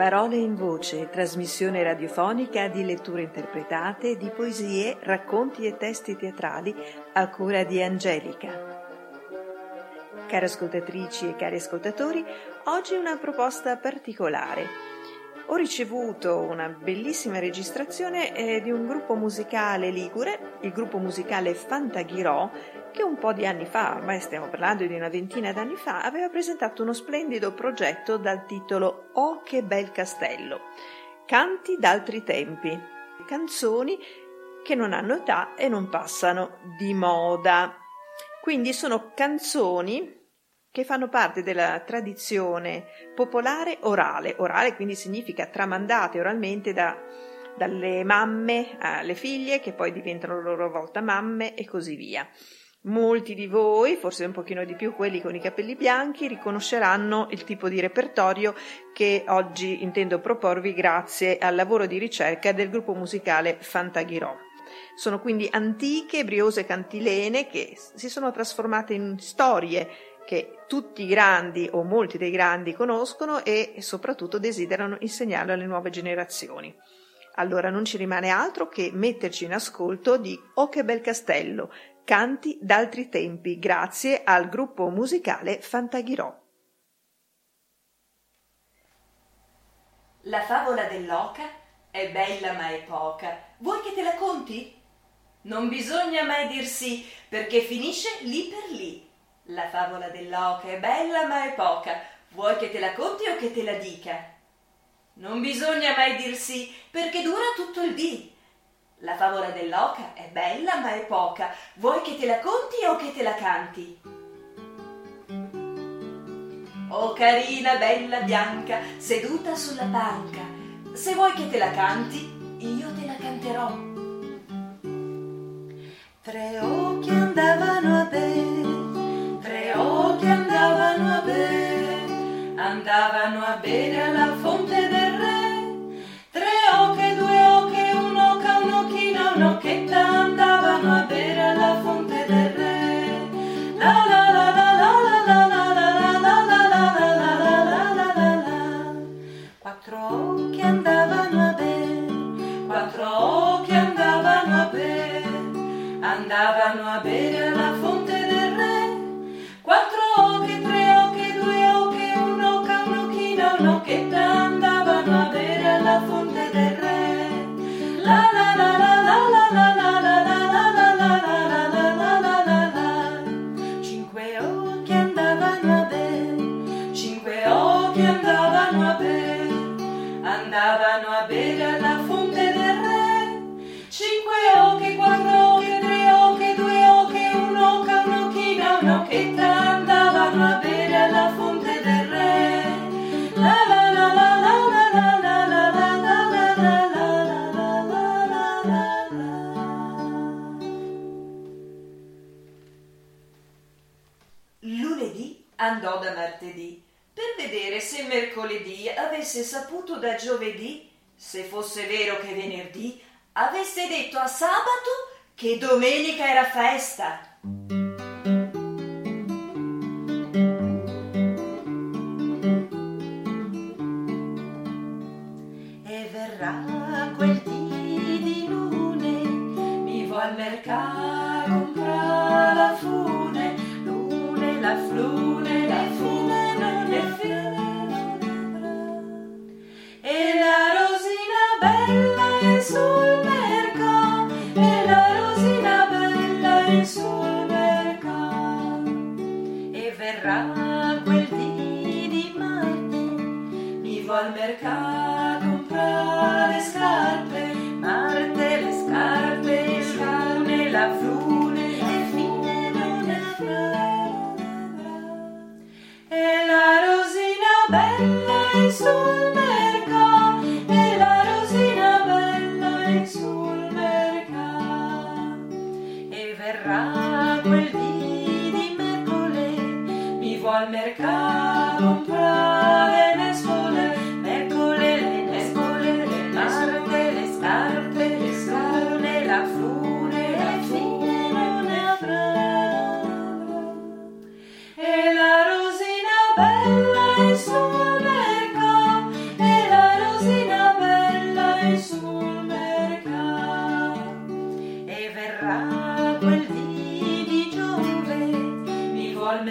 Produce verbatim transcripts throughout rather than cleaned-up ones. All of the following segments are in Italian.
Parole in voce, trasmissione radiofonica di letture interpretate di poesie, racconti e testi teatrali a cura di Angelica. Cari ascoltatrici e cari ascoltatori, oggi una proposta particolare. Ho ricevuto una bellissima registrazione eh, di un gruppo musicale ligure, il gruppo musicale Fantaghirò, che un po' di anni fa, ormai stiamo parlando di una ventina d'anni fa, aveva presentato uno splendido progetto dal titolo Oh che bel castello, canti d'altri tempi, canzoni che non hanno età e non passano di moda. Quindi sono canzoni che fanno parte della tradizione popolare orale. Orale quindi significa tramandate oralmente da, dalle mamme alle figlie, che poi diventano a loro volta mamme e così via. Molti di voi, forse un pochino di più quelli con i capelli bianchi, riconosceranno il tipo di repertorio che oggi intendo proporvi grazie al lavoro di ricerca del gruppo musicale Fantaghirò. Sono quindi antiche, briose cantilene che si sono trasformate in storie che tutti i grandi o molti dei grandi conoscono e soprattutto desiderano insegnarlo alle nuove generazioni. Allora non ci rimane altro che metterci in ascolto di Oh che bel castello, canti d'altri tempi, grazie al gruppo musicale Fantaghirò. La favola dell'oca è bella ma è poca. Vuoi che te la conti? Non bisogna mai dir sì, perché finisce lì per lì. La favola dell'oca è bella ma è poca. Vuoi che te la conti o che te la dica? Non bisogna mai dir sì, perché dura tutto il dì. La favola dell'oca è bella ma è poca. Vuoi che te la conti o che te la canti? Oh carina bella bianca, seduta sulla panca, se vuoi che te la canti, io te la canterò. Tre occhi andavano a bere, tre occhi andavano a bere, andavano a bere alla fonte del re. Tre ocche, due ocche, un'oca, un'occhina, un'occhetta, andavano a bere alla fonte del re. La la la la la la la la la la la la la la la la. Quattro occhi andavano a bere, quattro occhi andavano a bere, andavano a bere alla fonte del re. Quattro occhi, tre occhi, due occhi, un'oca, un'occhina, un'occhetta, andavano a bere alla fonte del re. La la la la la la la la la la la la la la la la la. Cinque occhi andavano a bere, cinque occhi andavano a bere, andavano a bere alla fonte del re. Cinque occhi, quattro occhi, tre occhi, due occhi, un'oca, un'occhina, un'occhetta, andavano a bere alla fonte del re. La la la la la la la la la la la la la la la. Lunedì andò da martedì per vedere se mercoledì avesse saputo da giovedì, se fosse vero che venerdì avesse detto a sabato che domenica era festa. E verrà quel dì di lune, mi vo al mercato comprare la fune, lune, la flune, la fune, non è fine, e la rosina bella è sul mercato, e la rosina bella è sul mercato. E verrà quel dì di Marte, mi vo al mercato comprare le scarpe, Marte le scarpe, le scarpe, la flune, e fine non è fra. E la rosina bella è sul mercato, e la rosina bella è sul mercato. E verrà quel dì di mercoledì, mi vo al mercato comprare le nespole, mercoledì le nespole, le Marte le scarpe, le scarpe, la flune, e fine non è fra. E la rosina bella è sul mercato, e la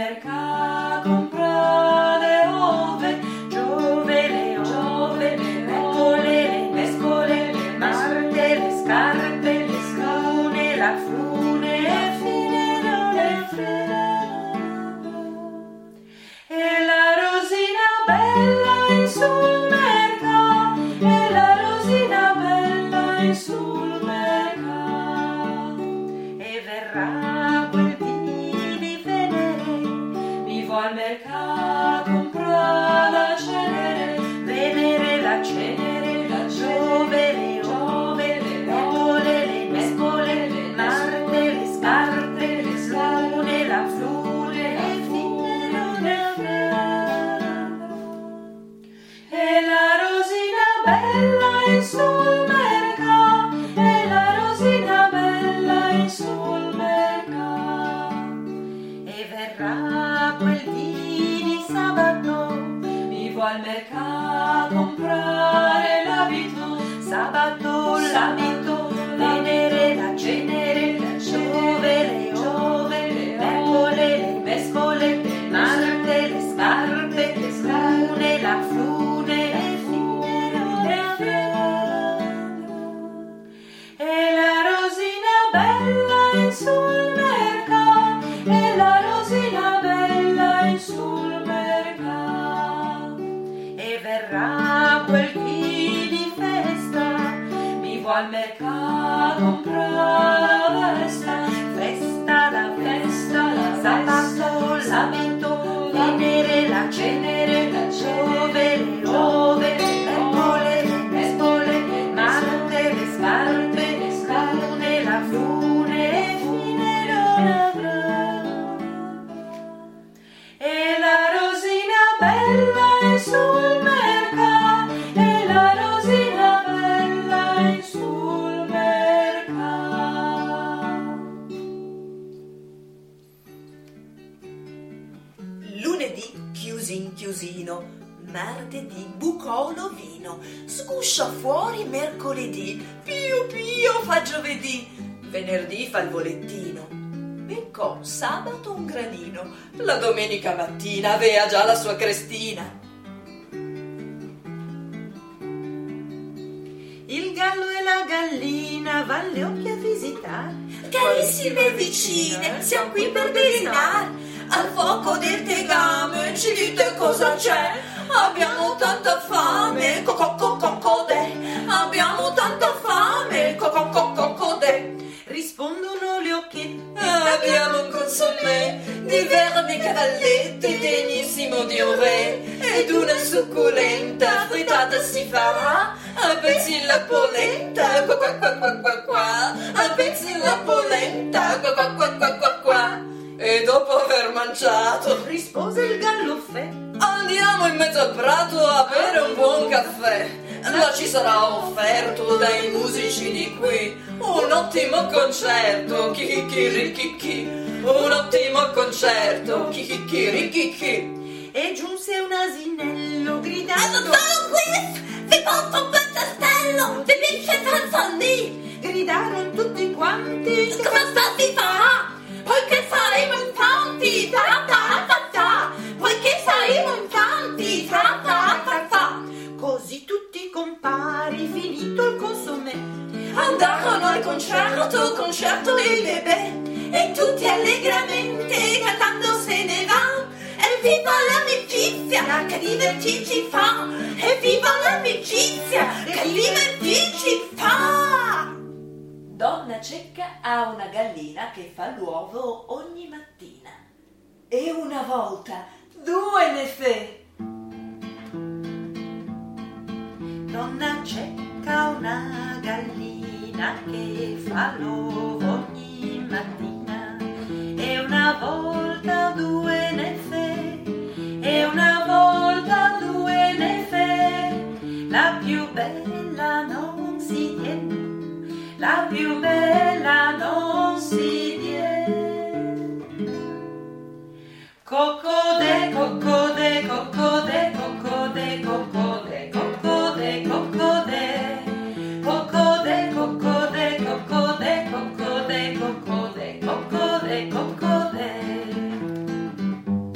mercato comprare ove, Giove le Giove, le peccole, le vescole, le marte, le scarpe, le scone, la frune e fine le freno. E la rosina bella in sul mercato, e la rosina bella in sul mercato, e verrà quel dì di Venere, mi vo al mercato comprare la cenere, Venere la cenere, la Giove le Giove, le peccole, le vescole, le marte, le scarpe, le scone, la frune e fine le freno. E la rosina bella in sul mercato, e la rosina bella in sul mercato, e verrà quel dì di sabato, mi vo al mercato comprare l'abito, sabato l'abito, Venere la cenere, la Giove le Giove, le peccole, le vescole, le marte, le scarpe, le scune, la frune e fine le freno. E la rosina bella in sul mercato, e la rosina bella in sul mercato, e verrà quel dì di festa, mi vo al mercato comprare la vesta, festa la festa, la sabato l'abito, Venere la cenere, la Giove le Giove, le peccole, le vescole, le marte, le scarpe, le scune, la frune e fine la freno. E la rosina bella in sul mercato, e la rosina bella in sul mercato. Lunedì chiusi in chiusino, martedì bucò l'ovino, sguscia fuori mercoledì, pio pio fa giovedì, venerdì fa il volettino, beccò sabato un granino, la domenica mattina avea già la sua crestina. Il gallo e la gallina van le occhie a visitare, Carissime vicine, siamo qui per desinare. Al fuoco del tegame ci dite cosa c'è? Abbiamo tanta fame, co-co-co-co-codè. Abbiamo tanta fame, co-co-co-co-codè. rispondono le occhiette. Abbiamo un consommé di vermi cavallette, degnissimo di un re, ed una succulenta frittata si farà a pezzi la polenta, qua qua qua qua qua qua, a pezzi la polenta, qua qua qua qua qua qua. E dopo aver mangiato, rispose il galloffè, andiamo in mezzo al prato a bere un buon caffè. Là ci sarà offerto dai musici di qui un ottimo concerto, chi-chi-chi-ri-chi-chi, un ottimo concerto, chi-chi-chi-ri-chi-chi. e giunse un asinello gridando: Sono qui, vi porto un bel castello, vi vince Fanfani. Gridarono tutti quanti: Cosa sta si fa? Poiché saremo in tanti, ta ta ta ta, poiché saremo in tanti, ta ta ta ta. Così tutti i compari, finito il consommé, Andarono al concerto, concerto il bebè, e tutti allegramente cantando se ne va. Evviva l'amicizia che divertirci fa, evviva l'amicizia che divertirci fa. Donna Cecca ha una gallina che fa l'uovo ogni mattina. E una volta due ne fe. Donna Cecca ha una gallina che fa l'uovo ogni mattina, e una volta due ne fe, e una volta due ne fe. La più bella non si tiene, la più bella non si tiene. Cocodè, cocodè, cocodè, cocodè, cocodè, cocodè, cocodè, cocodè, cocodè, cocodè, cocodè, cocodè, cocodè, cocodè.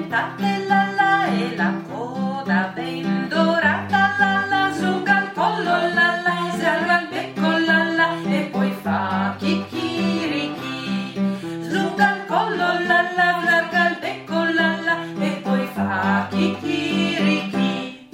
dentate la la e la coda ben dorata la la, slunga il collo la la, serra il becco la la e poi fa chicchirichi. Slunga il collo la la, allarga il becco la la e poi fa chicchirichi.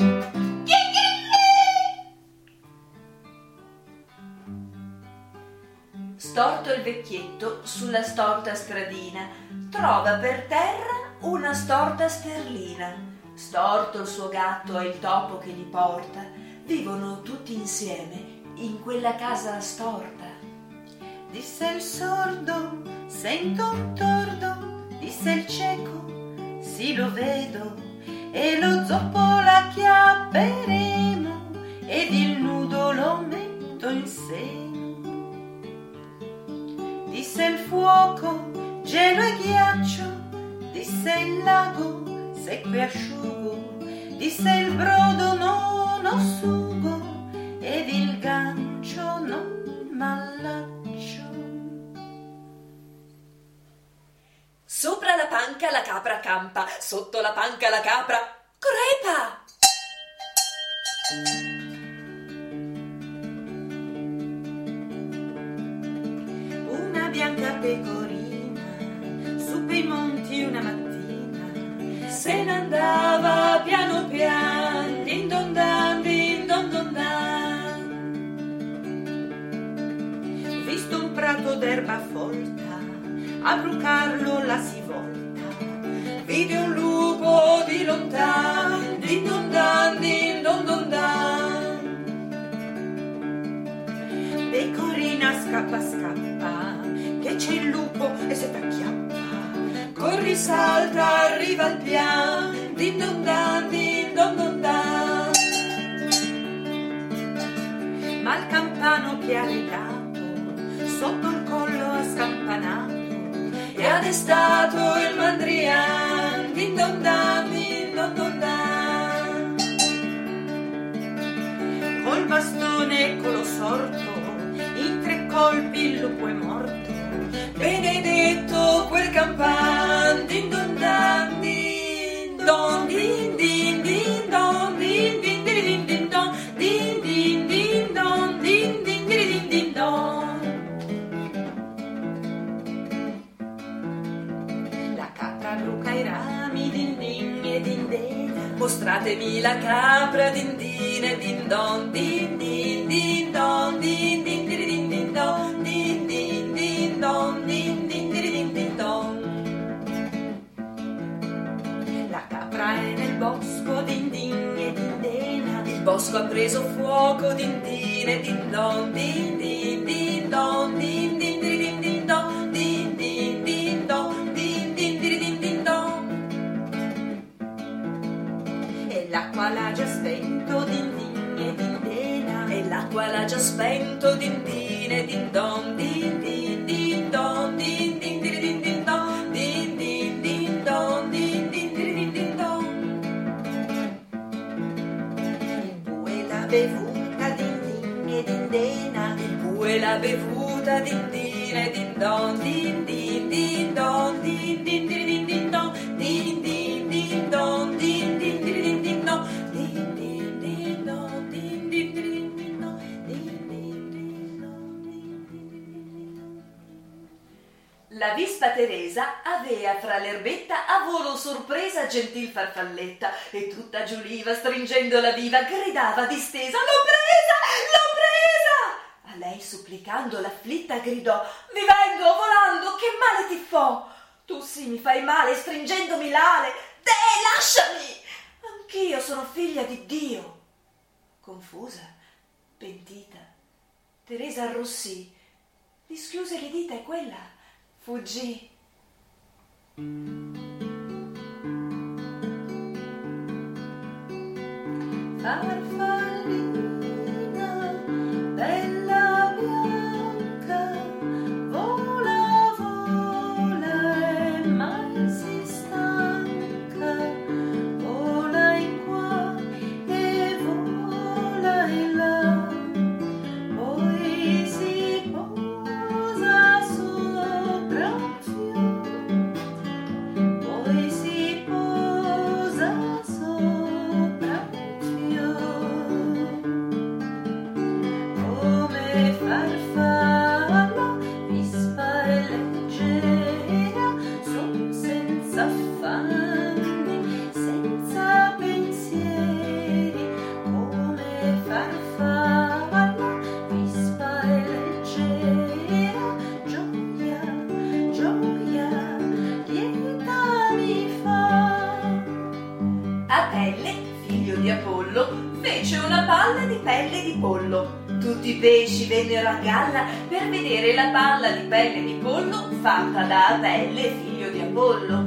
Storto il vecchietto sulla storta stradina, trova per terra una storta sterlina. Storto il suo gatto e il topo che gli porta, vivono tutti insieme in quella casa storta. Disse il sordo, sento un tordo, disse il cieco, sì lo vedo, e lo zoppo la chiapperemo, ed il nudo lo metto in seno. Disse il fuoco, gelo e ghiaccio, disse il lago, secco e asciugo, disse il brodo, non ossugo, ed il gancio non m'allaccio. Sopra la panca la capra campa, sotto la panca la capra crepa. Una bianca pecorina su per i monti una mattina Se ne andava piano pian, din don dan, din don don dan. visto un prato d'erba folta a brucarlo la si volta. Vide un lupo di lontan, din don dan, din don don dan. Pecorina scappa scappa che c'è il lupo e se t'acchiappa. Corri, salta, arriva al pian, din don dan, din don don dan. Ma il campano che ha regato sotto il collo ha scampanato E ha destato il mandrian, din don dan, din don don dan. col bastone eccolo sorto, in tre colpi il lupo è morto. Benedetto quel campan, din don dan, din don, din din din don, din din din din din don, din din din don, din din din din din don. La capra bruca i rami din din e din dena. Mostratemi la capra, din din e din don, din din din don, din din din din din don, din din din don, din din din din din don. La capra è nel bosco din din e din dena. Il bosco ha preso fuoco, din din e din don, din din din don, din din din din don, din din din don, din din din din don. E l'acqua l'ha già spento din din e din dena. E l'acqua l'ha già spento, din din e din don, din din din don, din din din din don, din din din don, din din din din don. Il bue l'ha bevuta din din e din dena. Il bue l'ha bevuta, din din e din don, din din din don, din din din din don, din din din don, din din din din don, din din din don, din din din din don, din din din don, din din din don. La vispa Teresa avea fra l'erbetta a volo sorpresa gentil farfalletta e tutta giuliva stringendo la viva gridava distesa: l'ho presa, l'ho presa! A lei supplicando l'afflitta gridò: vi vengo volando, che male ti fo? Tu sì mi fai male stringendomi l'ale, te lasciami, anch'io sono figlia di Dio. Confusa, pentita, Teresa arrossì, dischiuse le dita e quella fuggì. Farfallina bella bianca, vola, vola e mai si stanca, vola in qua e vola in là, poi si posa sopra un fiore, poi si posa Apelle, figlio di Apollo, fece una palla di pelle di pollo. Tutti i pesci vennero a galla per vedere la palla di pelle di pollo fatta da Apelle, figlio di Apollo.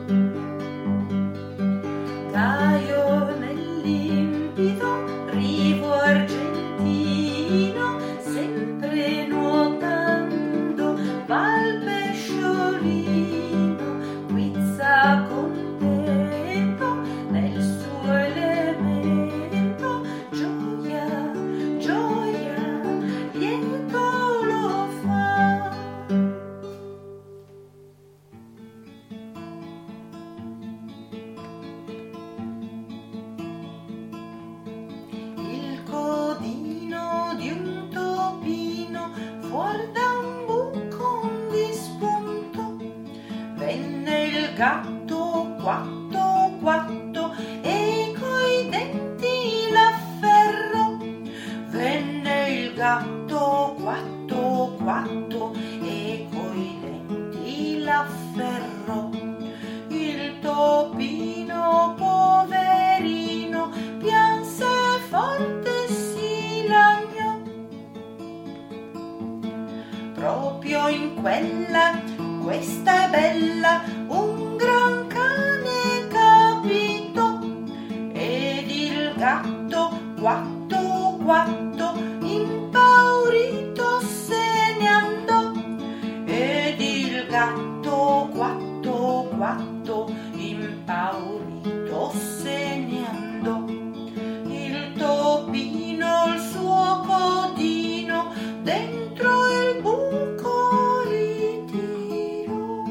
Caio nel limpido rivo argentino, sempre nuotando va il pesciolino, guizza contento nel suo elemento, gioia, gioia, lieto lo fa. Il codino di un topino fuor da un buco di spunto, venne il gatto quatto quatto e coi denti l'afferrò. Venne il gatto quatto quatto e coi denti l'afferrò. Il topino poverino pianse forte e si lagnò. Proprio in quella, questa è bella, un gran cane capito, ed il gatto quatto quatto impaurito se ne andò. Ed il gatto quatto quatto impaurito se ne andò. Il topino il suo codino dentro il buco ritirò.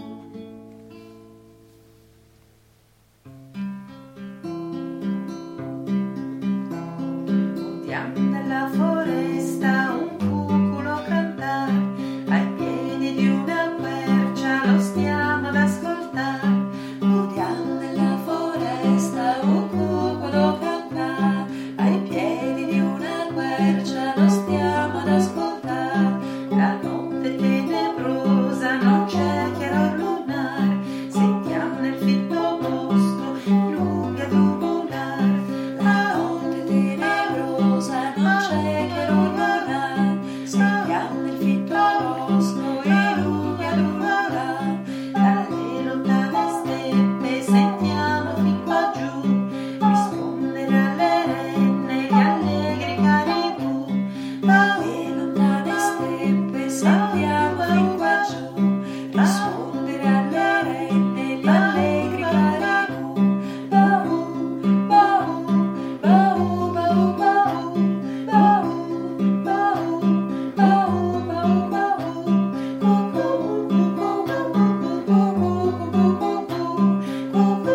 Udiam nella foresta un cuculo cantar, ai piedi di una quercia lo stiamo ad ascoltar. Udiam nella foresta un cuculo cantar, ai piedi di una quercia lo stiamo ad ascoltar. La notte tenebrosa non c'è chiaro lunar, sentiamo nel fitto bosco i lupi ad ulular. La notte tenebrosa non c'è chiaro lunar, sentiamo nel fitto bosco i lupi ad ulular. Dalle lontane steppe sentiamo fin qua giù rispondere alle renne gli allegri caribù. Dalle lontane steppe sentiamo fin qua giù rispondere alle renne gli allegri caribù. Baù, baù, baù, baù, baù, baù, baù, baù, baù, baù. Cucù, cucù, cucù, cucù, cucù, cucù,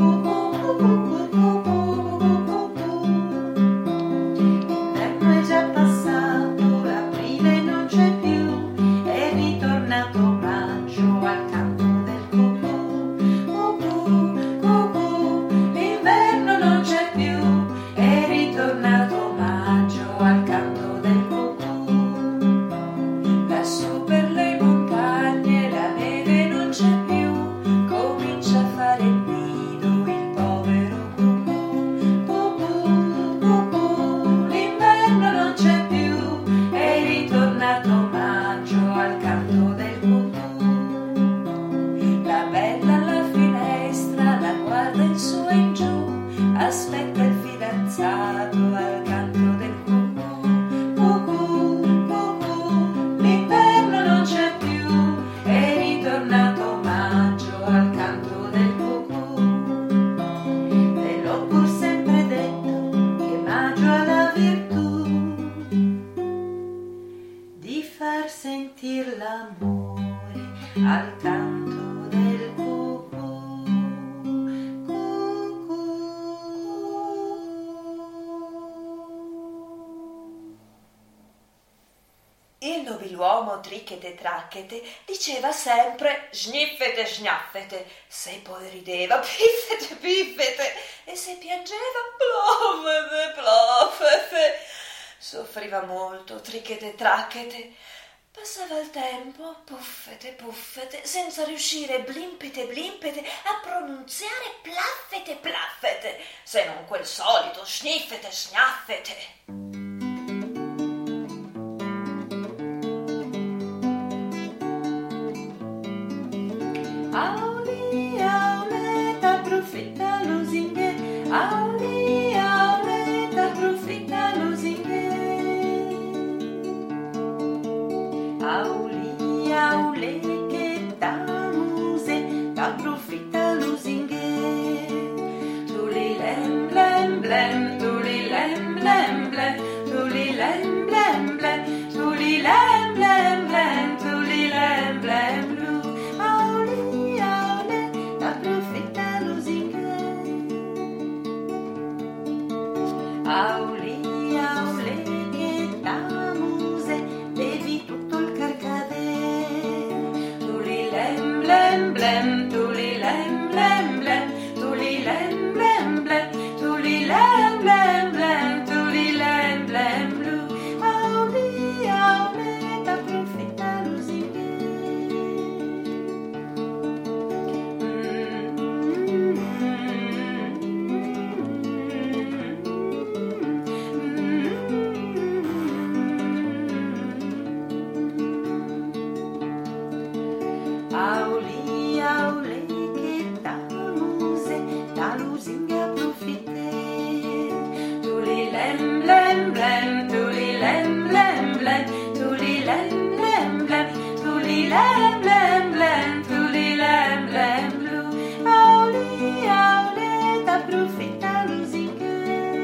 L'inverno è già passato, l'aprile non c'è più, è ritornato maggio al canto del cucù. Cucù, cucù, l'inverno non c'è più, è ritornato maggio al canto del cucù. Lassù per le montagne la neve non c'è più, comincia a fare il nido il povero cucù. Cucù, cucù, l'inverno non c'è più, è ritornato maggio al canto del cucù. La bella alla finestra la guarda in su e in giù, aspetta il fidanzato al canto del cucù. Cucù, cucù, l'inverno non c'è più, è ritornato maggio al canto del cucù. Te l'ho pur sempre detto che maggio ha la virtù di far sentir l'amore al canto del cucù. Il nobiluomo Trichete Tracchete diceva sempre sniffete sgnaffete, se poi rideva piffete piffete e se piangeva plofete plofete. Soffriva molto Trichete Tracchete, Passava il tempo, puffete, puffete, senza riuscire blimpete, blimpete a pronunziare plaffete, plaffete, se non quel solito sniffete, snaffete. Auli, aule, t'approfitta lusinghe, auli, aule, t'approfitta lusinghe. Auli, aule, che t'amuse, t'approfitta lusinghe. Tuli lem, blem, blem, tuli lem, blem, blem, tuli lem, blem, blem, tuli lem, blem, blem, tuli lem, blem, blu. Auli, aule, t'approfitta lusinghe. Auli, aule, che t'amuse, bevi tutto il carcadè. Tuli lem, blem, blem, tuli lem, blem, blem, tuli lem, blem, blem, tuli lem, blem, blem, tuli lem, blem, blu. Auli, aule, t'approfitta lusinghe. Auli, aule, che t'amuse, da lusinga approfitte. Tuli lem, blem, blem, tuli lem, blem, blem, tuli lem, blem, blem, tuli lem, blem, blem, tuli lem, blem, blu. Auli, aule, t'approfitta lusinghe.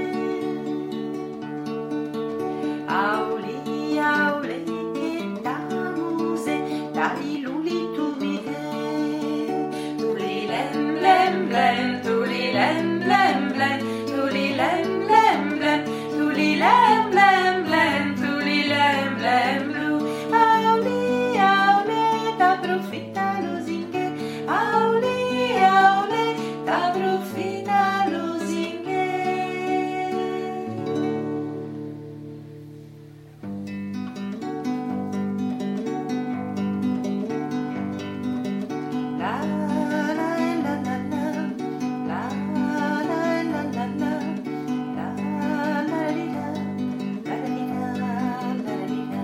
Auli, aule, che t'amuse, dai luli tu mi dai. Tuli lem, blem, blem, tuli lem, blem, blem, tuli lem, blem, blem, tuli lem, blem, blem, tuli lem, blem, blu. Auli, aule, t'approfitta lusinghe. Auli, aule, t'approfitta lusinghe. La la la la la, la la la la la, la la li la, la li la, la li la.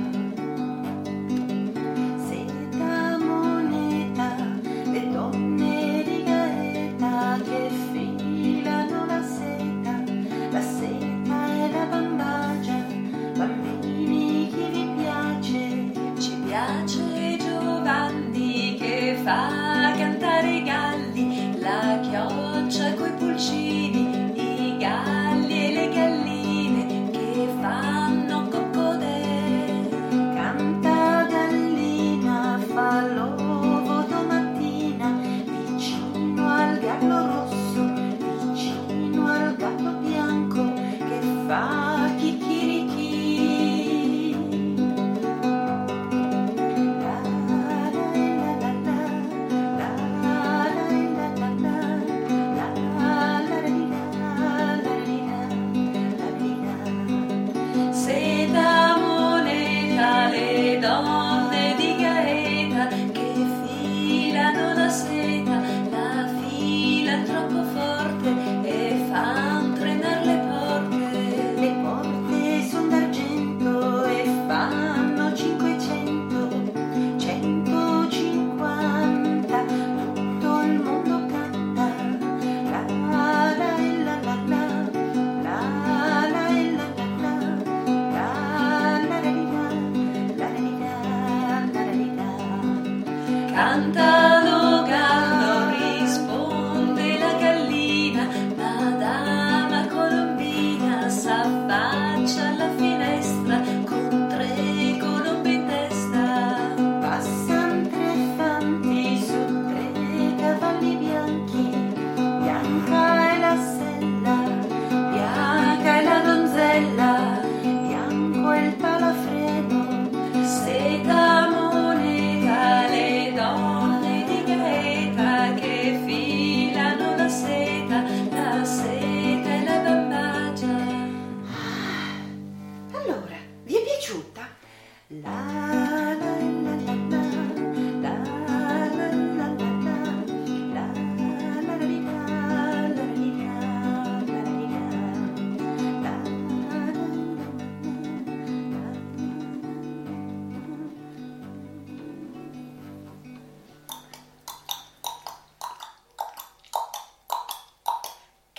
Seta moneta, le donne di Gaeta che filano la seta, la seta e la bambagia. Bambini, chi vi piace? Ci piace Giovanni che fa cantare i galli, la chioccia coi pulcini, i galli e le galline che fanno coccodè. Canta gallina, fa l'uovo domattina, vicino al gallo rosso, vicino al gatto bianco che fa chicchirichì. La la la la la, la la la la la, la la li la, la li la, la li la. Seta moneta, le donne di Gaeta che filano la seta, la fila troppo forte e fan trenar le porte. Le porte son d'argento e fanno cinquecento, centocinquanta, tutto il mondo canta. La la la la la, la la la la la, la la li la, la li la, la li la. Cantano gallo, risponde la gallina.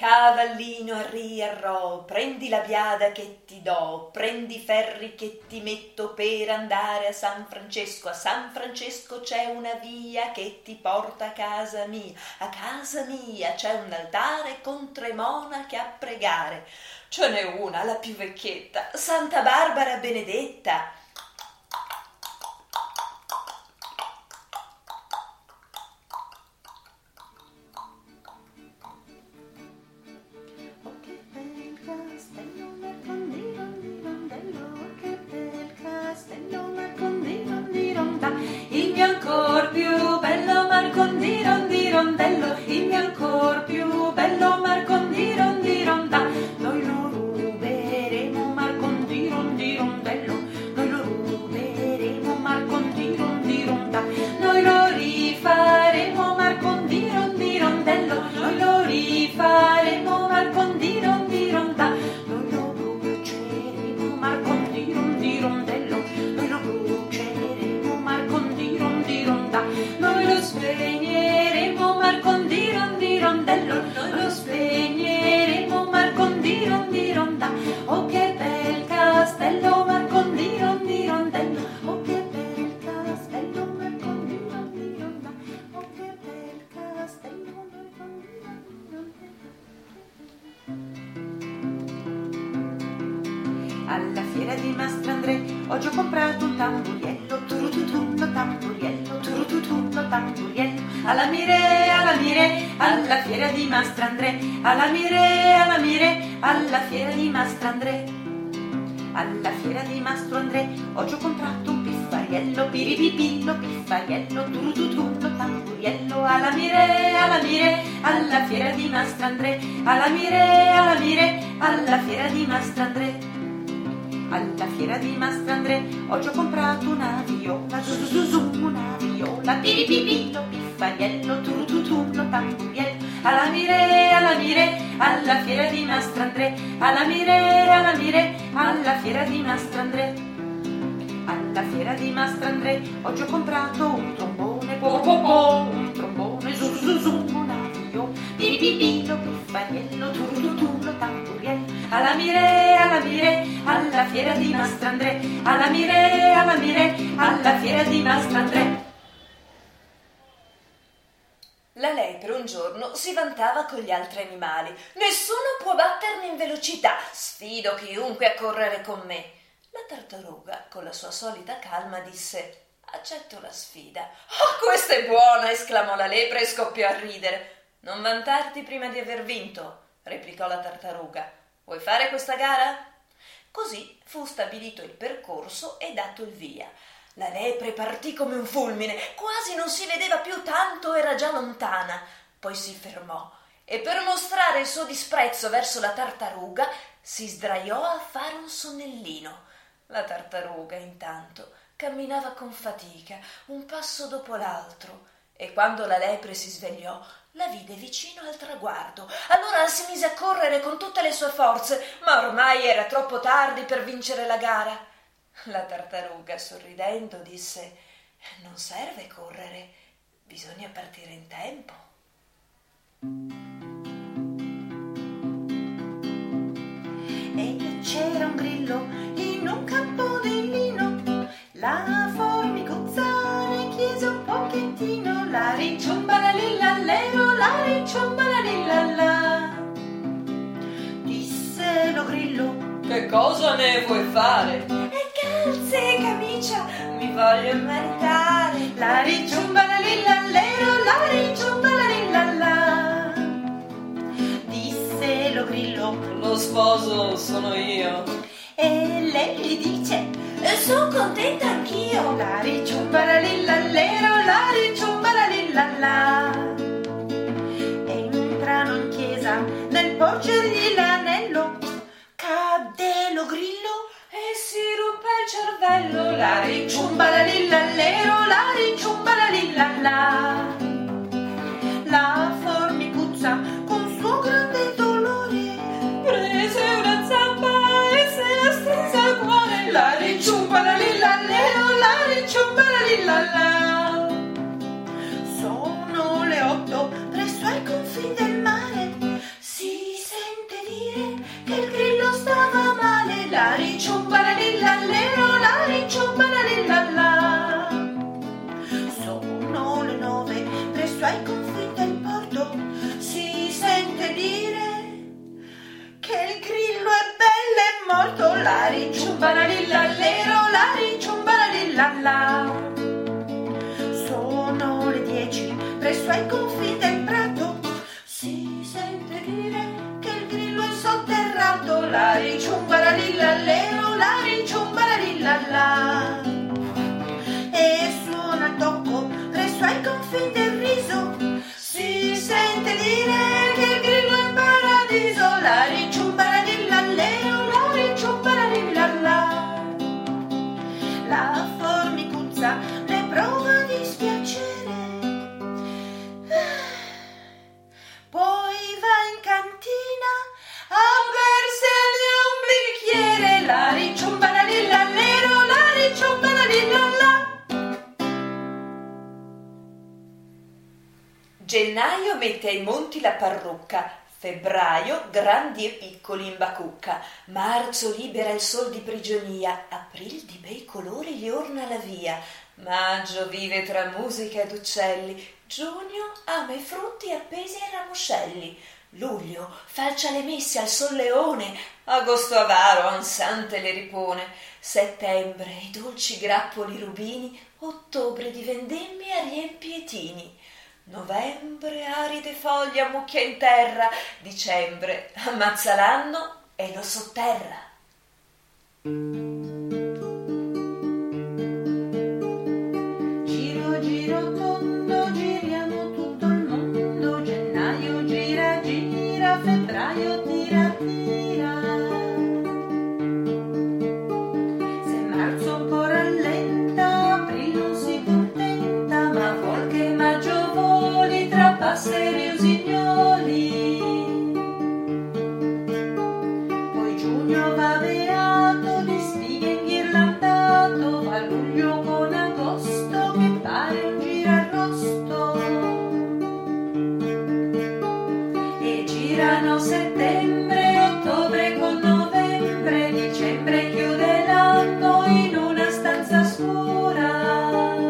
Cavallino arri arrò, prendi la biada che ti do, prendi i ferri che ti metto per andare a San Francesco. A San Francesco c'è una via che ti porta a casa mia. A casa mia c'è un altare con tre monache a pregare. Ce n'è una, la più vecchietta, Santa Barbara Benedetta. Il mio ancor più bello Marcondirondirondello, il mio ancor più bello Marcondirondironda. Noi lo ruberemo Marcondirondirondello, noi lo ruberemo Marcondirondironda. Noi lo rifaremo Marcondirondirondello, noi lo rifaremo Marcondirondironda. Noi lo bruceremo Marcondirondirondello, noi lo bruceremo Marcondirondironda. Noi lo spegneremo Marcondirondirondello, noi lo spegneremo Marcondirondironda. Oh che bel castello Marcondirondirondello, oh che bel castello Marcondirondironda, oh che bel castello Marcondirondironda. Alla fiera di Mastrandré ho già comprato un tamburiello, turututunno tamburiello, turututunno tamburiello. Alla mire, alla mire, alla fiera di Mastrandré, alla mire, alla mire, alla fiera di Mastrandré. Alla fiera di Mastro André ho già comprato un piffariello, piripipillo piffariello, turututunno tamburiello. Alla mire, alla mire, alla fiera di Mastrandré, alla mire, alla mire, alla fiera di Mastrandré. Alla fiera di Mastrandré ho già comprato una viola, zu zu zu una viola, piripipillo piffariello, turututunno tamburiello. Alla mire, alla mire, alla fiera di Mastrandré, alla mire, alla mire, alla fiera di Mastrandré. Alla fiera di Mastrandré ho già comprato un trombone, po po po, un trombone, zu zu zu una viola, piripipillo piffariello, turututunno tamburiello. Alla mire, alla mire, alla fiera di Mastrandré, alla mire, alla mire, alla fiera di Mastrandré. La lepre un giorno si vantava con gli altri animali. Nessuno può battermi in velocità, sfido chiunque a correre con me. La tartaruga, con la sua solita calma, disse: accetto la sfida. Oh, questa è buona, esclamò la lepre e scoppiò a ridere. Non vantarti prima di aver vinto, replicò la tartaruga. Vuoi fare questa gara? Così fu stabilito il percorso e dato il via. La lepre partì come un fulmine, quasi non si vedeva più, tanto era già lontana. Poi si fermò e per mostrare il suo disprezzo verso la tartaruga si sdraiò a fare un sonnellino. La tartaruga, intanto, camminava con fatica, un passo dopo l'altro, e quando la lepre si svegliò la vide vicino al traguardo. Allora si mise a correre con tutte le sue forze, ma ormai era troppo tardi per vincere la gara. La tartaruga, sorridendo, disse: non serve correre, bisogna partire in tempo. E c'era un grillo in un campo di lino, la formicuzza ne chiese un pochettino, la ricciumba la lillallero, la ricciumba la lillalla. Disse lo grillo: che cosa ne vuoi fare? E calze e camicia mi voglio maritare, la ricciumba la lillallero, la ricciumba la lillalla. Disse lo grillo: lo sposo sono io. E lei gli dice: sono contenta anch'io, la ricciumba la lillallero, la ricciumba la lillalla. Entrano in chiesa nel porgergli l'anello, cadde lo grillo e si ruppe il cervello, la ricciumba la lillallero, la ricciumba la lillalla. La formicuzza con suo grande dolore prese una zampa e se la strinse al cuore, la ricciumba la lillallero, la ricciumba la lillalla. Sono le otto presso ai confini del mare, si ciumbalalillallero, lari ciumbalalillalla. Sono le nove, presto ai confini del porto si sente dire che il grillo è bello e morto, lari ciumbalalillallero, lari ciumbalalillalla. Sono le dieci, presto ai confini del prato si sente dire che il grillo è sotterrato, lari ciumbalalillallero, lari ciumbalalillalla. E suona il tocco presto ai confini del riso si sente dire che il grillo è in paradiso, lari ciumbalalillallero, lari ciumbalalillalla. La formicuzza ne prova dispiacere, poi va in cantina a bersene un bicchiere, lari ciumbalalillallero, lari ciumbalalillalla. Gennaio mette ai monti la parrucca, febbraio grandi e piccoli in bacucca, marzo libera il sol di prigionia, april di bei colori li orna la via, maggio vive tra musica ed uccelli, giugno ama i frutti appesi ai ramoscelli, luglio falcia le messe al sol leone, agosto avaro ansante le ripone, settembre i dolci grappoli rubini, ottobre di vendemmie a riempietini, novembre aride foglie a mucchia in terra, dicembre ammazza l'anno e lo sotterra. Giro giro tondo, giriamo tutto il mondo, gennaio gira gira, febbraio tira tira. Se marzo un po' rallenta, aprile non si contenta, ma vuol che maggio voli tra passeri e usignoli. Poi giugno va beato, di spighe inghirlandato, va luglio con agosto che pare un girarrosto. E girano settembre, ottobre con novembre, dicembre chiude l'anno in una stanza scura.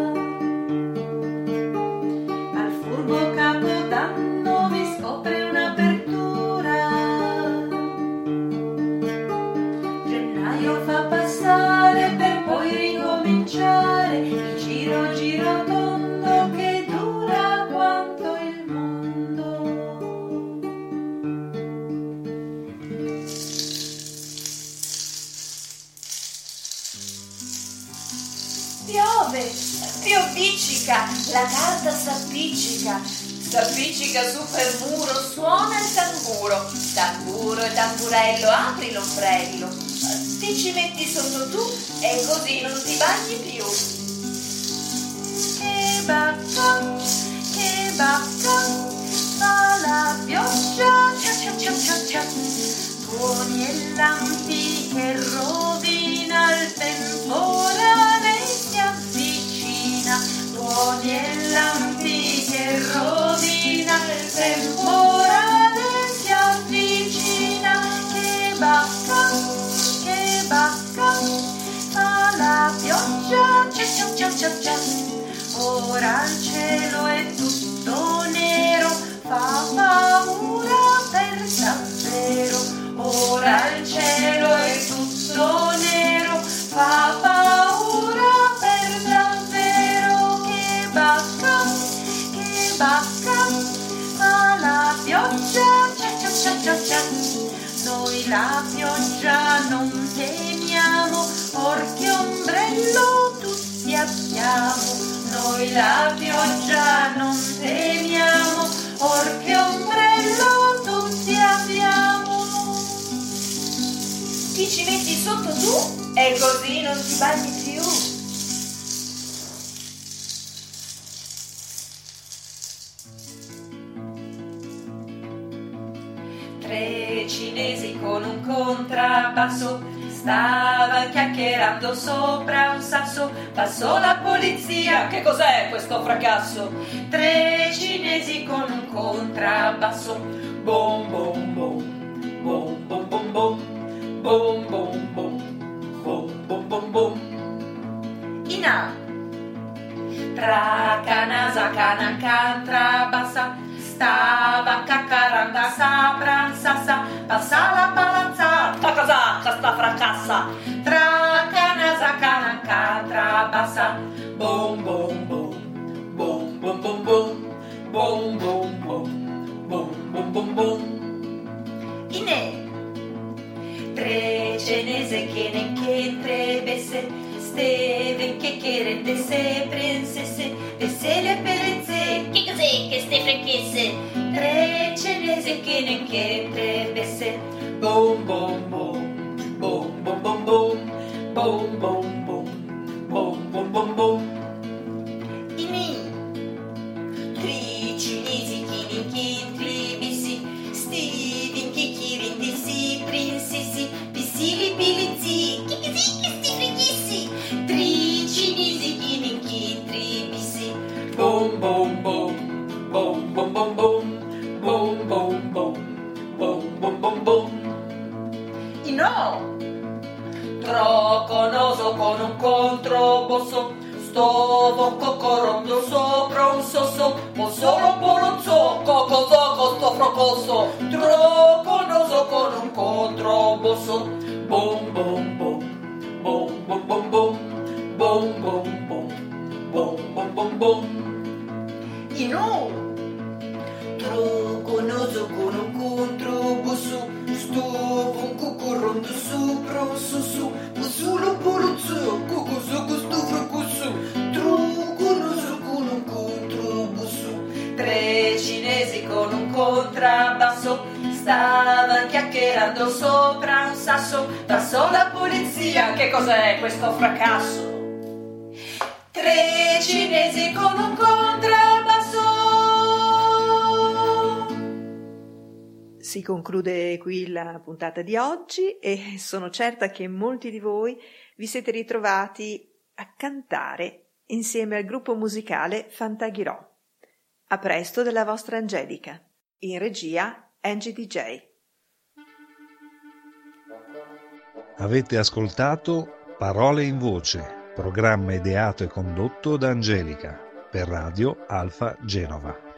Al furbo capodanno vi scopre un'apertura. Gennaio fa passare per poi ricominciare il giro giro tondo che dura quanto il mondo. Piove, pioviccica, la carta s'appiccica, s'appiccica su per muro, suona il tamburo, tamburo e tamburello, apri l'ombrello, ti ci metti sotto tu e così non ti bagni più. Che bacca, che bacca, fa la pioggia, cia cia cia cia cia, tuoni e lampi che rovina, il temporale si avvicina, tuoni e lampi che rovina, il temporale si avvicina. Che bacca, che bacca, fa la pioggia, cia cia cia cia cia. Ora il cielo è tutto nero, fa paura per davvero. Ora il cielo è tutto nero, fa paura per davvero. Che bacca, che bacca, fa la pioggia, cia cia cia cia cia. Noi la pioggia non temiamo, orchi e ombrello tutti abbiamo. Noi la pioggia non temiamo, orchi e ombrello tutti abbiamo. Ti ci metti sotto tu e così non ti bagni più. Tre cinesi con un contrabbasso stavano chiacchierando sopra un sasso. Passò la polizia, Che cos'è questo fracasso? tre cinesi con un contrabbasso. Bom bom bom, bom bom bom bom, bom bom bom, tra canasa canan cantra bassa, stava caccaranda sapran sassa, passa la palazza, Tacasacca sta fracassa. tra canasa canan cantra bassa, bom bom bom, bom bom bom bom, bom bom bom, bom bom bom bom. Inè, tre cenese che ne che trebesse, Steven che che rendesse princesse, vesse le perezze, che cos'è che ste frecchesse? Tre cenese che ne che trebesse, bom bom bom, bom bom bom bom, bom bom bom, bom bom bom bom. Inì, tri cinesi chi ne che trebesse, Steven che che rendesse princesse, vesse le perezze, che cos'è che ste frecchesse? Tri cinesi chi ne che trebesse, bom bom bom, bom bom bom bom, bom bom bom, bom bom bom bom. I no! Troconoso con un controbosso, stovo cocorondo sopra un sosso, mo solo polozzo, cocosoco sto frocosso, troconoso con un controbosso, bom bom bom, bom bom bom bom, bom bom bom, bom bom bom bom. I no! Troconoso con un controbosso, stovo un cocorondo sopra un sosso, mo solo polozzo, cocosoco sto frocosso, troconoso con un controbosso. Tre cinesi con un contrabbasso stavano chiacchierando sopra un sasso, passò la polizia, che cos'è questo fracasso? Tre cinesi con un contrabbasso. Si conclude qui la puntata di oggi e sono certa che molti di voi vi siete ritrovati a cantare insieme al gruppo musicale Fantaghirò. A presto dalla vostra Angelica. In regia Angie D J. Avete ascoltato Parole in Voce, programma ideato e condotto da Angelica per Radio Alfa Genova.